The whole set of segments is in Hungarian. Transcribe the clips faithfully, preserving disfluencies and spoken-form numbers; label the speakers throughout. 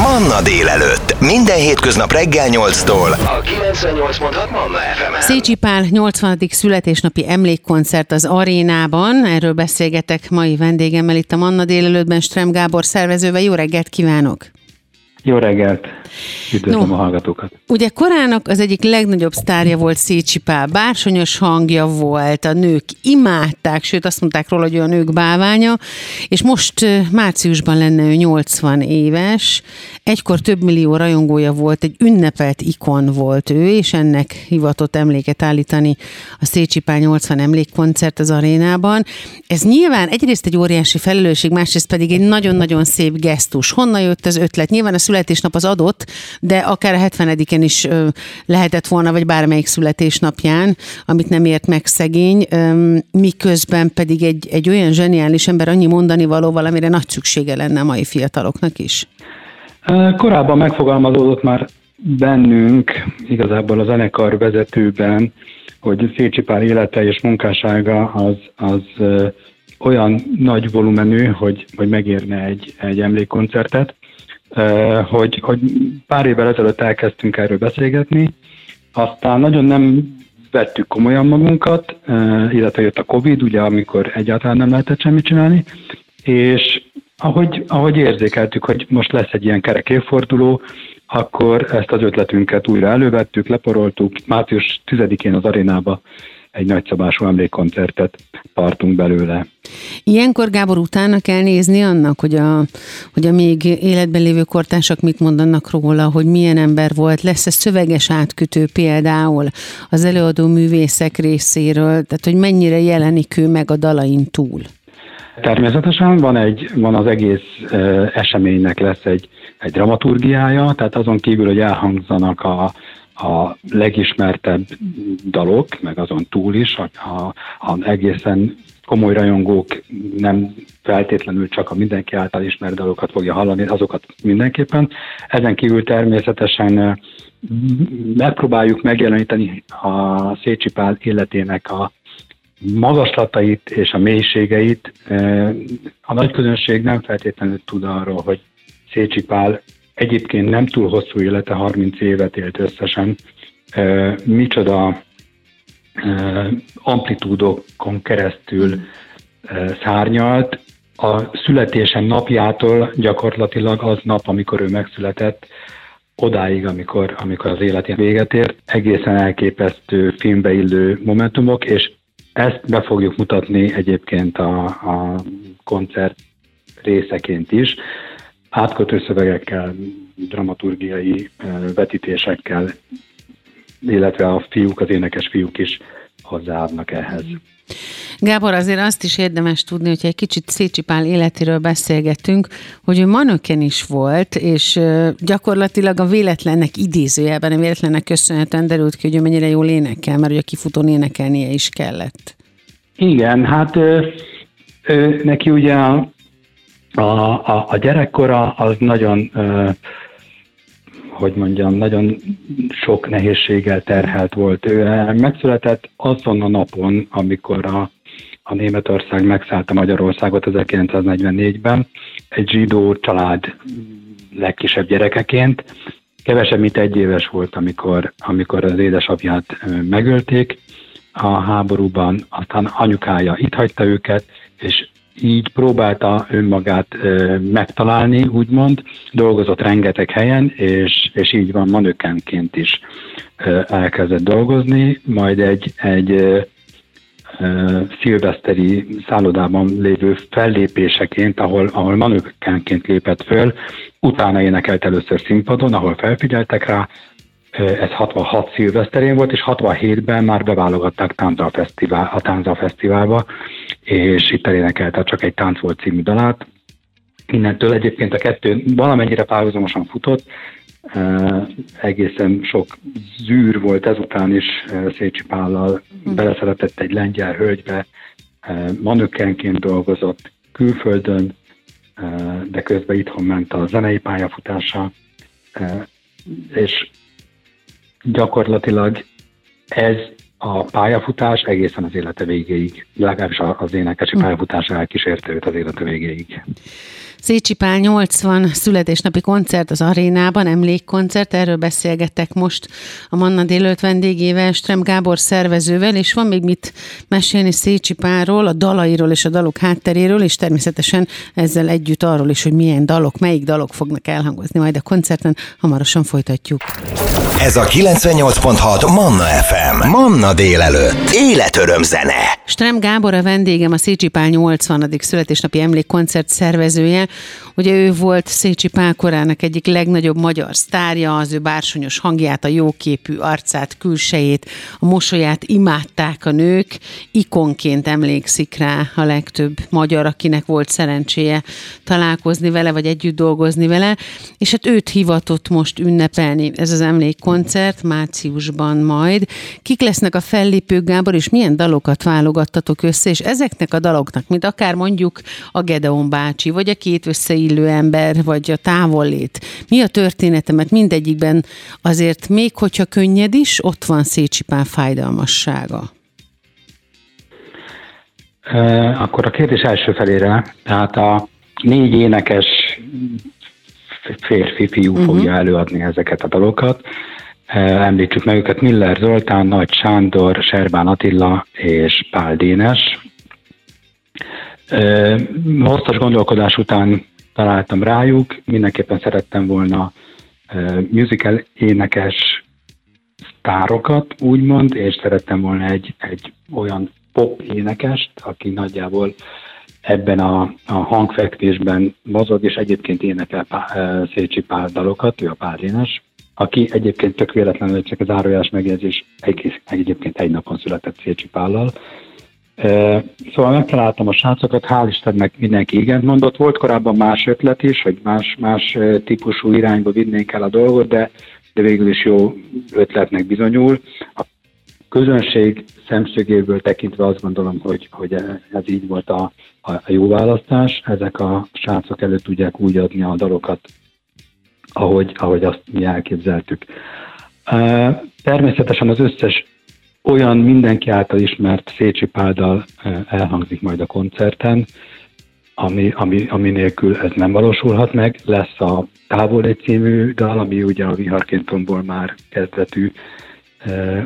Speaker 1: Manna délelőtt. Minden hétköznap reggel nyolctól a kilencvennyolc pont hat Manna ef emen.
Speaker 2: Szécsi Pál nyolcvanadik születésnapi emlékkoncert az Arénában. Erről beszélgetek mai vendégemmel itt a Manna délelőttben, Strem Gábor szervezővel. Jó reggelt kívánok!
Speaker 3: Jó reggelt! Üdvözlöm no, a hallgatókat!
Speaker 2: Ugye korának az egyik legnagyobb sztárja volt Szécsi Pál. Bársonyos hangja volt, a nők imádták, sőt azt mondták róla, hogy ő a nők bálványa, és most márciusban lenne ő nyolcvan éves. Egykor több millió rajongója volt, egy ünnepelt ikon volt ő, és ennek hivatott emléket állítani a Szécsi Pál nyolcvan emlékkoncert az Arénában. Ez nyilván egyrészt egy óriási felelősség, másrészt pedig egy nagyon-nagyon szép gesztus. Honnan jött az ötlet? Nyilván a születésnap az adott, de akár a hetvenediken is ö, lehetett volna, vagy bármelyik születésnapján, amit nem ért meg szegény, ö, miközben pedig egy, egy olyan zseniális ember annyi mondani valóval, amire nagy szüksége lenne a mai fiataloknak is.
Speaker 3: Korábban megfogalmazódott már bennünk, igazából a zenekar vezetőben, hogy Szécsi Pál élete és munkássága az, az ö, olyan nagy volumenű, hogy, hogy megérne egy, egy emlékkoncertet. Uh, hogy, hogy pár évvel ezelőtt elkezdtünk erről beszélgetni, aztán nagyon nem vettük komolyan magunkat, uh, illetve jött a Covid, ugye, amikor egyáltalán nem lehetett semmit csinálni, és ahogy, ahogy érzékeltük, hogy most lesz egy ilyen kerek évforduló, akkor ezt az ötletünket újra elővettük, leporoltuk, március tizedikén az Arénába egy nagyszabású emlékkoncertet tartunk belőle.
Speaker 2: Ilyenkor, Gábor, utána kell nézni annak, hogy a, hogy a még életben lévő kortársak mit mondanak róla, hogy milyen ember volt, lesz-e szöveges átkütő például az előadó művészek részéről, tehát hogy mennyire jelenik ő meg a dalain túl?
Speaker 3: Természetesen van, egy, van az egész uh, eseménynek lesz egy, egy dramaturgiája, tehát azon kívül, hogy elhangzanak a a legismertebb dalok, meg azon túl is, a, a, a egészen komoly rajongók nem feltétlenül csak a mindenki által ismert dalokat fogja hallani, azokat mindenképpen. Ezen kívül természetesen megpróbáljuk megjeleníteni a Szécsi Pál életének a magaslatait és a mélységeit. A nagy közönség nem feltétlenül tud arról, hogy Szécsi Pál egyébként nem túl hosszú élete, harminc évet élt összesen, e, micsoda e, amplitúdokon keresztül e, szárnyalt. A születése napjától gyakorlatilag az nap, amikor ő megszületett, odáig, amikor, amikor az életén véget ért, egészen elképesztő filmbe illő momentumok, és ezt be fogjuk mutatni egyébként a, a koncert részeként is, átkötő szövegekkel, dramaturgiai vetítésekkel, illetve a fiúk, az énekes fiúk is hozzáadnak ehhez.
Speaker 2: Gábor, azért azt is érdemes tudni, hogyha egy kicsit Szécsi Pál életéről beszélgettünk, hogy ő manöken is volt, és gyakorlatilag a véletlennek idézőjelben, a véletlennek köszönhetően derült ki, hogy ő mennyire jól énekel, mert ugye kifutón énekelnie is kellett. Igen,
Speaker 3: hát ő, ő, neki ugye a A, a, a gyerekkora az nagyon, uh, hogy mondjam, nagyon sok nehézséggel terhelt volt. Ő megszületett azon a napon, amikor a, a Németország megszállta Magyarországot ezerkilencszáznegyvennégyben, egy zsidó család legkisebb gyerekeként. Kevesebb, mint egy éves volt, amikor, amikor az édesapját megölték a háborúban, aztán anyukája itt hagyta őket, és így próbálta önmagát ö, megtalálni, úgymond, dolgozott rengeteg helyen, és, és így van, manökenként is ö, elkezdett dolgozni, majd egy, egy ö, ö, szilveszteri szállodában lévő fellépéseként, ahol, ahol manökenként lépett föl, utána énekelt először színpadon, ahol felfigyeltek rá, ez hatvanhat szilveszterén volt, és hatvanhétben már beválogatták Tánza Fesztivál, a Tánza Fesztiválba, és itt elénekelte Csak egy tánc volt című dalát. Innentől egyébként a kettő valamennyire párhuzamosan futott, egészen sok zűr volt ezután is Szécsi Pállal, beleszeretett egy lengyel hölgybe, manökenként dolgozott külföldön, de közben itthon ment a zenei pályafutása, és gyakorlatilag ez a pályafutás egészen az élete végéig, legalábbis az énekesi pályafutás elkísérte őt az élete végéig.
Speaker 2: Szécsi Pál nyolcvan születésnapi koncert az Arénában, emlékkoncert, erről beszélgettek most a Manna délelőtt vendégével, Strem Gábor szervezővel, és van még mit mesélni Szécsi Pálról, a dalairól és a dalok hátteréről, és természetesen ezzel együtt arról is, hogy milyen dalok, melyik dalok fognak elhangozni majd a koncerten, hamarosan folytatjuk.
Speaker 1: Ez a kilencvennyolc pont hat Manna ef em. Manna délelőtt. Életöröm zene.
Speaker 2: Strem Gábor a vendégem, a Szécsi Pál nyolcvanadik születésnapi emlékkoncert szervezője. Ugye ő volt Szécsi Pál korának egyik legnagyobb magyar sztárja, az ő bársonyos hangját, a jóképű arcát, külsejét, a mosolyát imádták a nők, ikonként emlékszik rá a legtöbb magyar, akinek volt szerencséje találkozni vele, vagy együtt dolgozni vele, és hát őt hivatott most ünnepelni ez az emlékkoncert márciusban majd. Kik lesznek a fellépők, Gábor, és milyen dalokat válogattatok össze, és ezeknek a daloknak, mint akár mondjuk a Gedeon bácsi, vagy a Két összeillő ember, vagy a Távollét. Mi a története? Mert mindegyikben azért még hogyha könnyed is, ott van Szécsi Pál fájdalmassága.
Speaker 3: E, akkor a kérdés első felére, tehát a négy énekes férfi-fiú uh-huh. fogja előadni ezeket a dalokat. E, említsük meg őket: Miller Zoltán, Nagy Sándor, Serbán Attila és Pál Dénes. E, hosszas gondolkodás után találtam rájuk, mindenképpen szerettem volna uh, musical énekes sztárokat, úgymond, és szerettem volna egy, egy olyan pop énekest, aki nagyjából ebben a, a hangfekvésben mozog, és egyébként énekel uh, Szécsi Pál dalokat, ő a Pál Dénes, aki egyébként tök véletlenül, csak az árójás megjegyzés, egész, egyébként egy napon született Szécsi Pállal. Szóval megtaláltam a srácokat, hál' Istennek mindenki igent mondott. Volt korábban más ötlet is, hogy más, más típusú irányba vinnénk el a dolgot, de, de végül is jó ötletnek bizonyul. A közönség szemszögéből tekintve azt gondolom, hogy, hogy ez így volt a, a jó választás. Ezek a srácok elő tudják úgy adni a dalokat, ahogy, ahogy azt mi elképzeltük. Természetesen az összes olyan mindenki által ismert Szécsi Pál dal elhangzik majd a koncerten, ami, ami, ami nélkül ez nem valósulhat meg. Lesz a Távollét című dal, ami ugye a Viharként tombol már kezdetű e,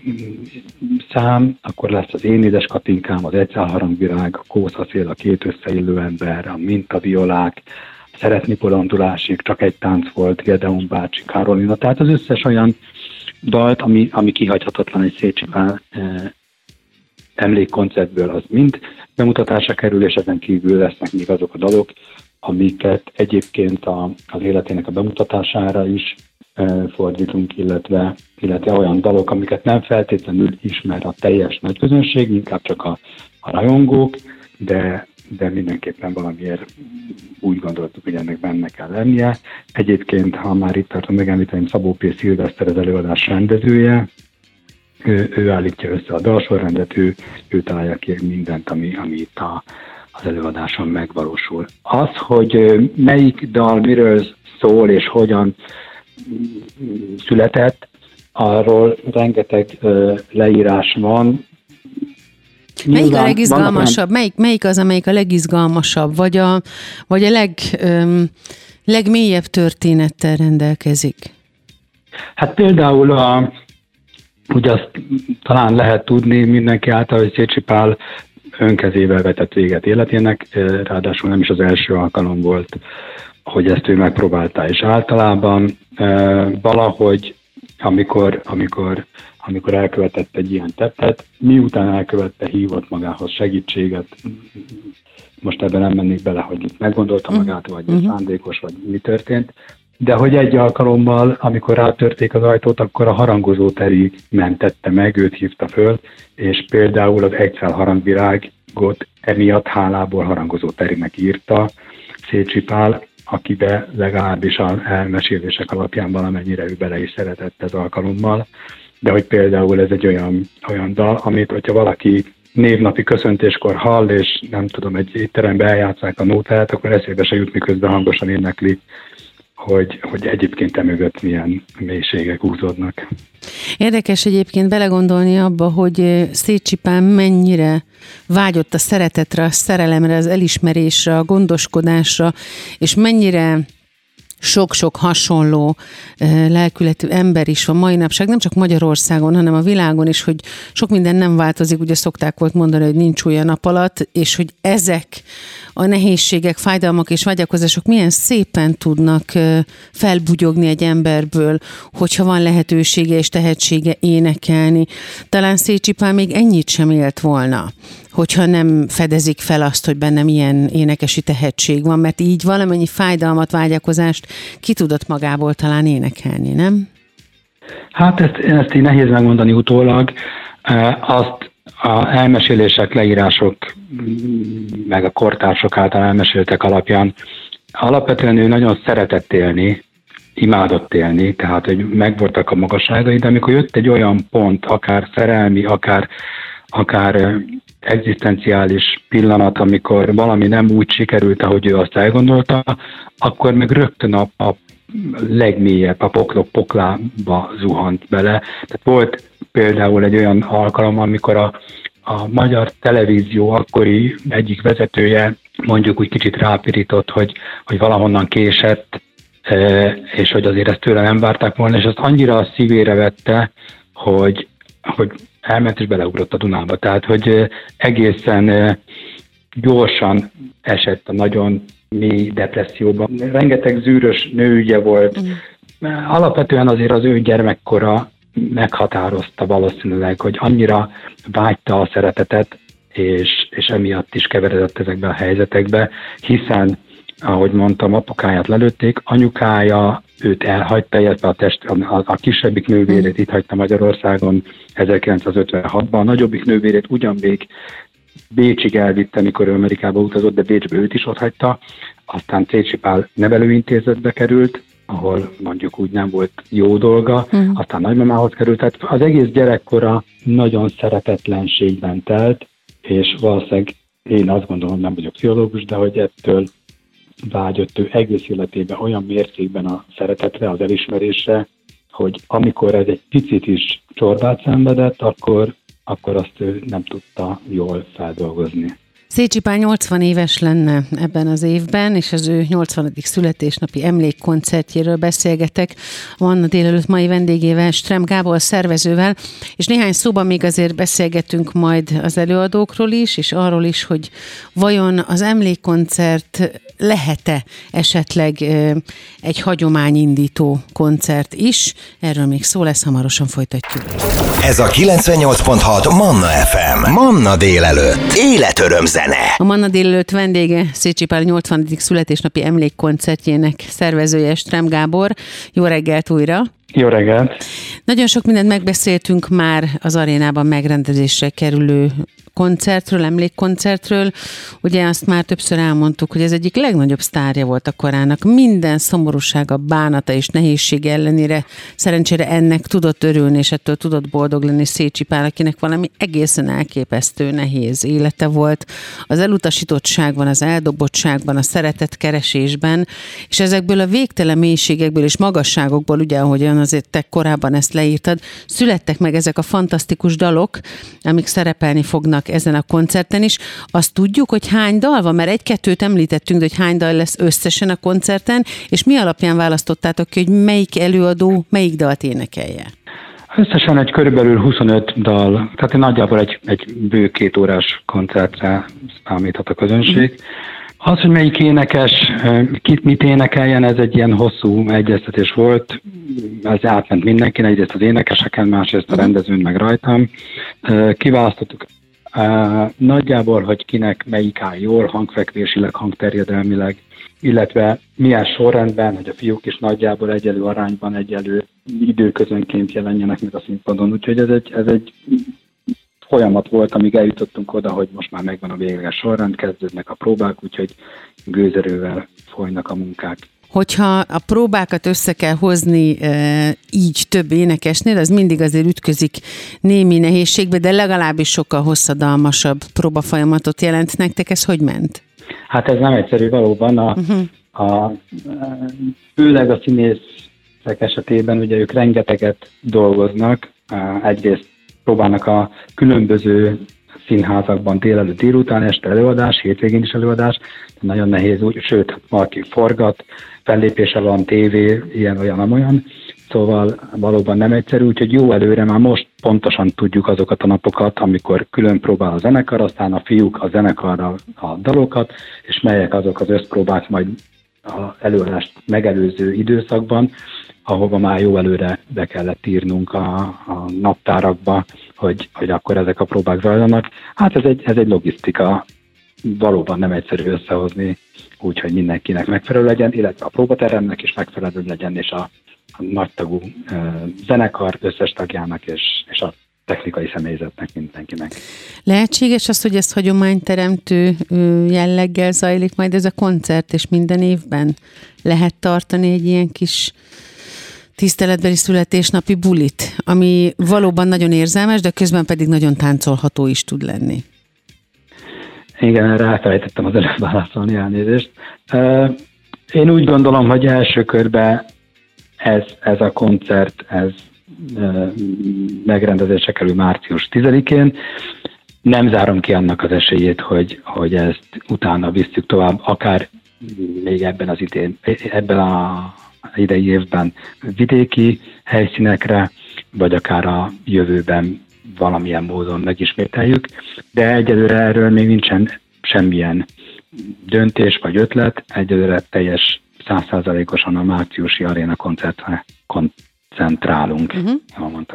Speaker 3: szám, akkor lesz az Én édes Katinkám, az Egy szál harangvirág, a Kószaszél, a Két összeillő ember, a Mintaviolák, Szeretni bolondulásig, Csak egy tánc volt, Gedeon bácsi, Karolina, tehát az összes olyan dalt, ami, ami kihagyhatatlan egy Szécsi Pál eh, emlékkoncertből, az mind bemutatásra kerül, és ezen kívül lesznek még azok a dalok, amiket egyébként a, az életének a bemutatására is eh, fordítunk, illetve, illetve olyan dalok, amiket nem feltétlenül ismer a teljes nagy közönség, inkább csak a, a rajongók, de de mindenképpen valamiért úgy gondoltuk, hogy ennek benne kell lennie. Egyébként, ha már itt tartom, megemlíteném, Szabó P. Szilveszter az előadás rendezője, ő, ő állítja össze a dalsorrendet, ő, ő találja ki mindent, ami, ami itt a, az előadáson megvalósul. Az, hogy melyik dal miről szól és hogyan született, arról rengeteg leírás van.
Speaker 2: Melyik Nyilván, a legizgalmasabb? Melyik, melyik az, amelyik a legizgalmasabb? Vagy a, vagy a leg, öm, legmélyebb történettel rendelkezik?
Speaker 3: Hát például a, ugye azt talán lehet tudni mindenki által, hogy Szécsi Pál önkezével vetett véget életének, ráadásul nem is az első alkalom volt, hogy ezt ő megpróbálta, és általában valahogy, amikor, amikor amikor elkövetett egy ilyen tettet, miután elkövette, hívott magához segítséget. Most ebben nem mennék bele, hogy meggondolta magát, vagy uh-huh. szándékos, vagy mi történt. De hogy egy alkalommal, amikor rátörték az ajtót, akkor a harangozó Teri mentette meg, őt hívta föl, és például az Egy szál harangvirágot emiatt hálából harangozó Terinek írta Szécsi Pál, akibe legalábbis az elmesélések alapján valamennyire ő bele is szeretett ez alkalommal. De hogy például ez egy olyan, olyan dal, amit, hogyha valaki névnapi köszöntéskor hall, és nem tudom, egy étterembe eljátszák a nótát, akkor eszébe se jut, miközben hangosan énekli, hogy, hogy egyébként emögött milyen mélységek húzódnak.
Speaker 2: Érdekes egyébként belegondolni abba, hogy Szécsi Pál mennyire vágyott a szeretetre, a szerelemre, az elismerésre, a gondoskodásra, és mennyire sok-sok hasonló lelkületű ember is van mai napság, nem csak Magyarországon, hanem a világon is, hogy sok minden nem változik, ugye szokták volt mondani, hogy nincs új a nap alatt, és hogy ezek a nehézségek, fájdalmak és vágyakozások milyen szépen tudnak felbugyogni egy emberből, hogyha van lehetősége és tehetsége énekelni. Talán Szécsi Pál még ennyit sem élt volna, hogyha nem fedezik fel azt, hogy bennem ilyen énekesi tehetség van, mert így valamennyi fájdalmat, vágyakozást ki tudott magából talán énekelni, nem?
Speaker 3: Hát ezt, ezt így nehéz megmondani utólag. Azt a elmesélések, leírások, meg a kortársok által elmeséltek alapján alapvetően ő nagyon szeretett élni, imádott élni, tehát hogy megvoltak a magasságai, de amikor jött egy olyan pont, akár szerelmi, akár, akár egzisztenciális pillanat, amikor valami nem úgy sikerült, ahogy ő azt elgondolta, akkor meg rögtön a, a legmélyebb, a poklok poklába zuhant bele. Tehát volt például egy olyan alkalom, amikor a, a magyar televízió akkori egyik vezetője mondjuk úgy kicsit rápirított, hogy, hogy valahonnan késett, és hogy azért ezt tőle nem várták volna, és azt annyira a szívére vette, hogy, hogy elment és beleugrott a Dunába. Tehát, hogy egészen gyorsan esett a nagyon mély depresszióba. Rengeteg zűrös nőügye volt. Mm. Alapvetően azért az ő gyermekkora meghatározta valószínűleg, hogy annyira vágyta a szeretetet, és, és emiatt is keveredett ezekbe a helyzetekbe, hiszen, ahogy mondtam, apukáját lelőtték, anyukája őt elhagyta, illetve a, test, a, a kisebbik nővérét itt hagyta Magyarországon ezerkilencszázötvenhatban, a nagyobbik nővérét ugyan még Bécsig elvitte, mikor ő Amerikába utazott, de Bécsbe őt is ott hagyta, aztán Szécsi Pál nevelőintézetbe került, ahol mondjuk úgy nem volt jó dolga, uh-huh. aztán nagymamához került, tehát az egész gyerekkora nagyon szeretetlenségben telt, és valószínűleg én azt gondolom, nem vagyok pszichológus, de hogy ettől vágyott ő egész életében olyan mértékben a szeretetre, az elismerésre, hogy amikor ez egy picit is csorbát szenvedett, akkor, akkor azt ő nem tudta jól feldolgozni.
Speaker 2: Szécsi Pál nyolcvan éves lenne ebben az évben, és az ő nyolcvanadik születésnapi emlékkoncertjéről beszélgetek a Manna délelőtt mai vendégével, Strem Gábor szervezővel, és néhány szóban még azért beszélgetünk majd az előadókról is, és arról is, hogy vajon az emlékkoncert lehet-e esetleg egy hagyományindító koncert is. Erről még szó lesz, hamarosan folytatjuk.
Speaker 1: Ez a kilencvennyolc pont hat Manna ef em. Manna délelőtt. Életöröm zene.
Speaker 2: A Manna délelőtt vendége Szécsi Pál nyolcvanadik születésnapi emlékkoncertjének szervezője Strem Gábor. Jó reggelt újra!
Speaker 3: Jó reggelt!
Speaker 2: Nagyon sok mindent megbeszéltünk már az arénában megrendezésre kerülő koncertről, emlékkoncertről. Ugye azt már többször elmondtuk, hogy ez egyik legnagyobb sztárja volt a korának. Minden szomorúsága, bánata és nehézsége ellenére szerencsére ennek tudott örülni, és ettől tudott boldog lenni Szécsi Pál, akinek valami egészen elképesztő nehéz élete volt. Az elutasítottságban, az eldobottságban, a szeretetkeresésben, és ezekből a végtelen mélységekből és magasságokból, ugye ahogyan azért te korábban ezt leírtad, születtek meg ezek a fantasztikus dalok, amik szerepelni fognak ezen a koncerten is. Azt tudjuk, hogy hány dal van, mert egy-kettőt említettünk, de hogy hány dal lesz összesen a koncerten, és mi alapján választottátok ki, hogy melyik előadó melyik dalt énekelje?
Speaker 3: Összesen egy körülbelül huszonöt dal, tehát nagyjából egy, egy bő két órás koncertre számíthat a közönség. Az, hogy melyik énekes, kit mit énekeljen, ez egy ilyen hosszú egyeztetés volt. Ez átment mindenkin, egyrészt az énekeseken, másrészt a rendezőn, meg rajtam. Kiválasztottuk nagyjából, hogy kinek melyik áll jól, hangfekvésileg, hangterjedelmileg, illetve milyen sorrendben, hogy a fiúk is nagyjából egyelő arányban, egyelő időközönként jelenjenek meg a színpadon. Úgyhogy ez egy, ez egy folyamat volt, amíg eljutottunk oda, hogy most már megvan a végleges sorrend, kezdődnek a próbák, úgyhogy gőzerővel folynak a munkák.
Speaker 2: Hogyha a próbákat össze kell hozni e, így több énekesnél, az mindig azért ütközik némi nehézségbe, de legalábbis sokkal hosszadalmasabb próbafolyamatot jelent nektek. Ez hogy ment?
Speaker 3: Hát ez nem egyszerű valóban. A, uh-huh. a, főleg a színészek esetében ugye ők rengeteget dolgoznak, Egyrészt próbálnak a különböző színházakban délelőtt, délután, este előadás, hétvégén is előadás, nagyon nehéz úgy, sőt, valaki forgat, fellépése van, tévé, ilyen, olyan, amolyan, szóval valóban nem egyszerű, úgyhogy jó előre már most pontosan tudjuk azokat a napokat, amikor külön próbál a zenekar, aztán a fiúk a zenekarra a dalokat, és melyek azok az összpróbák majd az előadást megelőző időszakban, ahova már jó előre be kellett írnunk a, a naptárakba, hogy, hogy akkor ezek a próbák zajlanak. Hát ez egy, ez egy logisztika, valóban nem egyszerű összehozni úgy, hogy mindenkinek megfelelő legyen, illetve a próbateremnek is megfelelő legyen, és a, a nagytagú e, zenekar összes tagjának és, és a technikai személyzetnek, mindenkinek.
Speaker 2: Lehetséges az, hogy ezt hagyományteremtő jelleggel zajlik majd ez a koncert, és minden évben lehet tartani egy ilyen kis tiszteletbeli születésnapi bulit, ami valóban nagyon érzelmes, de közben pedig nagyon táncolható is tud lenni.
Speaker 3: Igen, erre elfelejtettem az előbb válaszolni, elnézést. Én úgy gondolom, hogy első körben ez, ez a koncert, ez megrendezésre kerül március tizedikén. Nem zárom ki annak az esélyét, hogy, hogy ezt utána visszük tovább, akár még ebben az idén, ebben a idei évben vidéki helyszínekre, vagy akár a jövőben valamilyen módon megismételjük, de egyelőre erről még nincsen semmilyen döntés vagy ötlet, egyelőre teljes száz százalékosan a márciusi aréna koncertre koncentrálunk. Uh-huh. Jól mondtam,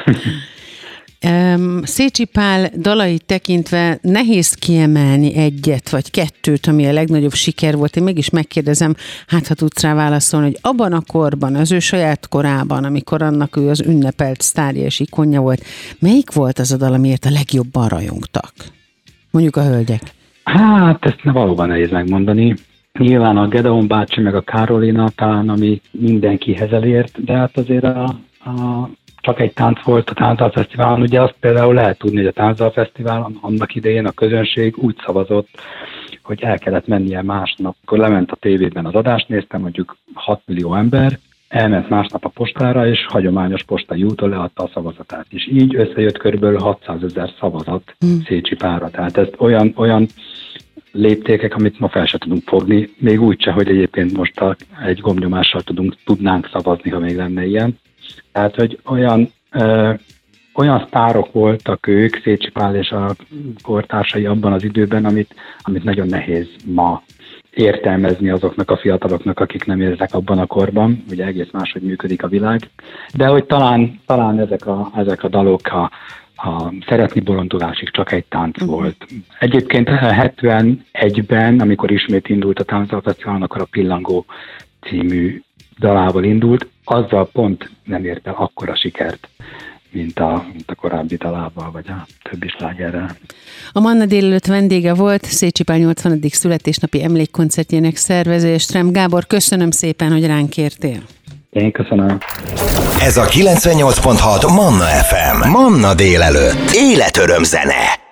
Speaker 2: Um, Szécsi Pál dalait tekintve nehéz kiemelni egyet vagy kettőt, ami a legnagyobb siker volt. Én mégis megkérdezem, hát ha tudsz rá válaszolni, hogy abban a korban, az ő saját korában, amikor annak ő az ünnepelt sztárja és ikonja volt, melyik volt az a dal, amiért a legjobban rajongtak? Mondjuk a hölgyek.
Speaker 3: Hát ezt valóban nehéz megmondani. Nyilván a Gedeon bácsi meg a Károlina talán, ami mindenkihez elért, de hát azért a, a csak egy tánc volt a Táncdalfesztiválon. Ugye azt például lehet tudni, hogy a Táncdalfesztiválon annak idején a közönség úgy szavazott, hogy el kellett mennie másnap. Akkor lement a tévében az adást, néztem, mondjuk hat millió ember, elment másnap a postára, és hagyományos postai úton leadta a szavazatát. És így összejött körülbelül hatszázezer szavazat hmm. Szécsi Pálra. Tehát ez olyan, olyan léptékek, amit ma fel se tudunk fogni, még úgy se, hogy egyébként most a, egy gombnyomással tudunk, tudnánk szavazni, ha még lenne ilyen. Tehát, hogy olyan, ö, olyan sztárok voltak ők, Szécsi Pál és a kortársai abban az időben, amit, amit nagyon nehéz ma értelmezni azoknak a fiataloknak, akik nem érzek abban a korban, ugye egész máshogy működik a világ, de hogy talán, talán ezek, a, ezek a dalok a, a Szeretni bolondulásig csak egy tánc uh-huh. volt. Egyébként hetvenegyben, amikor ismét indult a Táncdalfesztiválon, akkor a Pillangó című dalával indult, azzal pont nem ért el akkora sikert, mint a, mint a korábbi dalával, vagy a többi slágerrel.
Speaker 2: A Manna délelőtt vendége volt Szécsi Pál nyolcvanadik születésnapi emlékkoncertjének szervezője. Strem Gábor, köszönöm szépen, hogy ránk kértél.
Speaker 3: Én köszönöm.
Speaker 1: Ez a kilencvennyolc pont hat Manna ef em. Manna délelőtt. Életöröm zene.